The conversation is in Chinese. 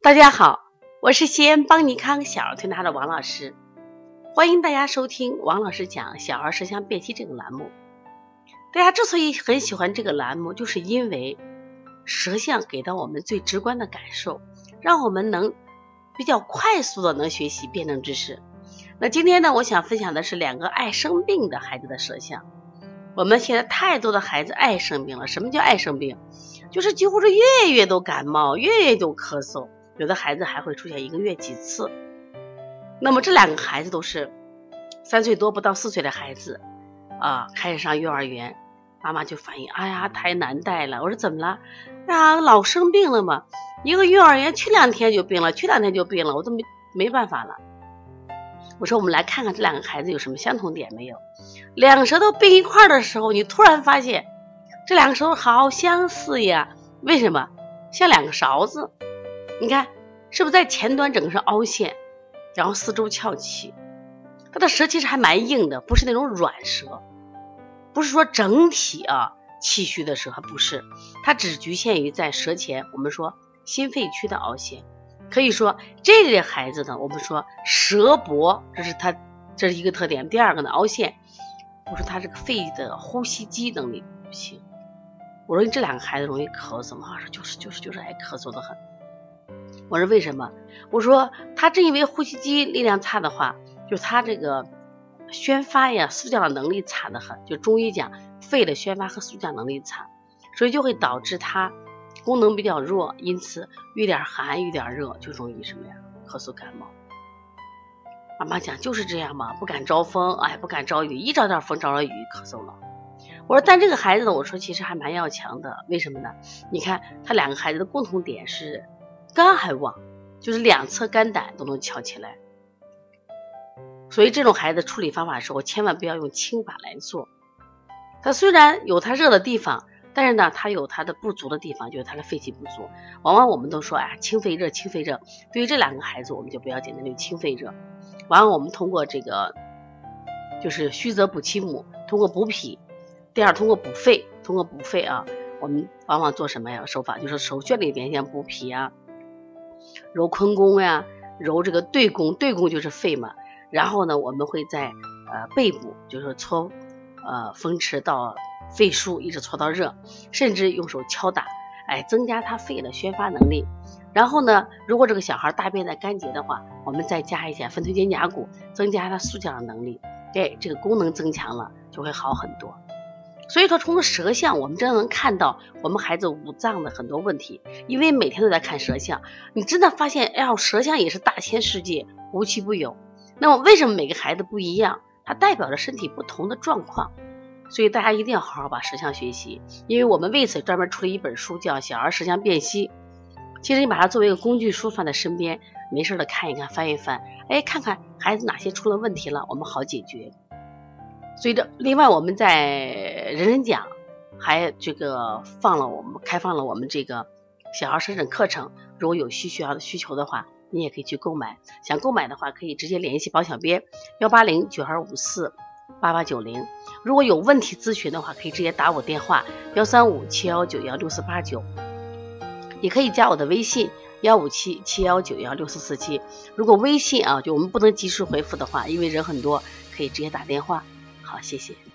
大家好，我是西安邦尼康小儿推拿的王老师，欢迎大家收听王老师讲小儿舌象辨析这个栏目。大家之所以很喜欢这个栏目，就是因为舌象给到我们最直观的感受，让我们能比较快速的能学习辩证知识。那今天呢，我想分享的是两个爱生病的孩子的舌象。我们现在太多的孩子爱生病了。什么叫爱生病？就是几乎是月月都感冒，月月都咳嗽，有的孩子还会出现1个月几次。那么这两个孩子都是3岁多不到4岁的孩子开始上幼儿园，妈妈就反映，哎呀太难带了。我说怎么了？老生病了嘛，一个幼儿园去2天就病了，去2天就病了，我都没办法了。我说我们来看看这两个孩子有什么相同点没有。两个舌头并一块的时候，你突然发现这两个舌头好相似呀。为什么？像两个勺子。你看是不是在前端整个是凹陷，然后四周翘起。它的舌其实还蛮硬的，不是那种软舌，不是说整体气虚的舌，它不是，它只局限于在舌前我们说心肺区的凹陷。可以说这类孩子呢，我们说舌薄，这是一个特点。第二个呢，凹陷，我说他这个肺的呼吸机能力不行。我说这两个孩子容易咳嗽吗？说就是爱咳嗽的很。我说为什么？我说他正因为呼吸机力量差的话，就他这个宣发呀速降的能力差得很，就中医讲肺的宣发和速降能力差，所以就会导致他功能比较弱，因此遇点寒遇点热就容易什么呀？咳嗽感冒。妈妈讲就是这样嘛，不敢招风，不敢招雨，一招点风招了雨咳嗽了。我说但这个孩子呢，我说其实还蛮要强的。为什么呢？你看他两个孩子的共同点是肝还旺，就是两侧肝胆都能翘起来。所以这种孩子处理方法的时候千万不要用清法来做。他虽然有他热的地方，但是呢他有他的不足的地方，就是他的肺气不足。往往我们都说清肺热，清肺热。对于这两个孩子我们就不要简单就清肺热。往往我们通过这个就是虚则补其母，通过补脾。第二通过补肺，我们往往做什么呀？手法就是手穴里边像补脾揉坤宫揉这个对宫，对宫就是肺嘛。然后呢我们会在背部就是搓风池到肺腧，一直搓到热，甚至用手敲打，增加他肺的宣发能力。然后呢如果这个小孩大便在干结的话，我们再加一下分推肩胛骨，增加他速降的能力，这个功能增强了就会好很多。所以说从舌象我们真的能看到我们孩子五脏的很多问题，因为每天都在看舌象，你真的发现舌象也是大千世界，无奇不有。那么为什么每个孩子不一样？它代表着身体不同的状况。所以大家一定要好好把舌象学习，因为我们为此专门出了一本书叫《小儿舌象辨析》。其实你把它作为一个工具书放在身边，没事的看一看翻一翻，看看孩子哪些出了问题了，我们好解决。所以另外我们在人人讲还开放了我们这个小儿舌诊课程，如果有需求的话，你也可以去购买。想购买的话可以直接联系保小编18092548890。如果有问题咨询的话，可以直接打我电话13571916489，也可以加我的微信15771916447。如果微信就我们不能及时回复的话，因为人很多，可以直接打电话。好，谢谢。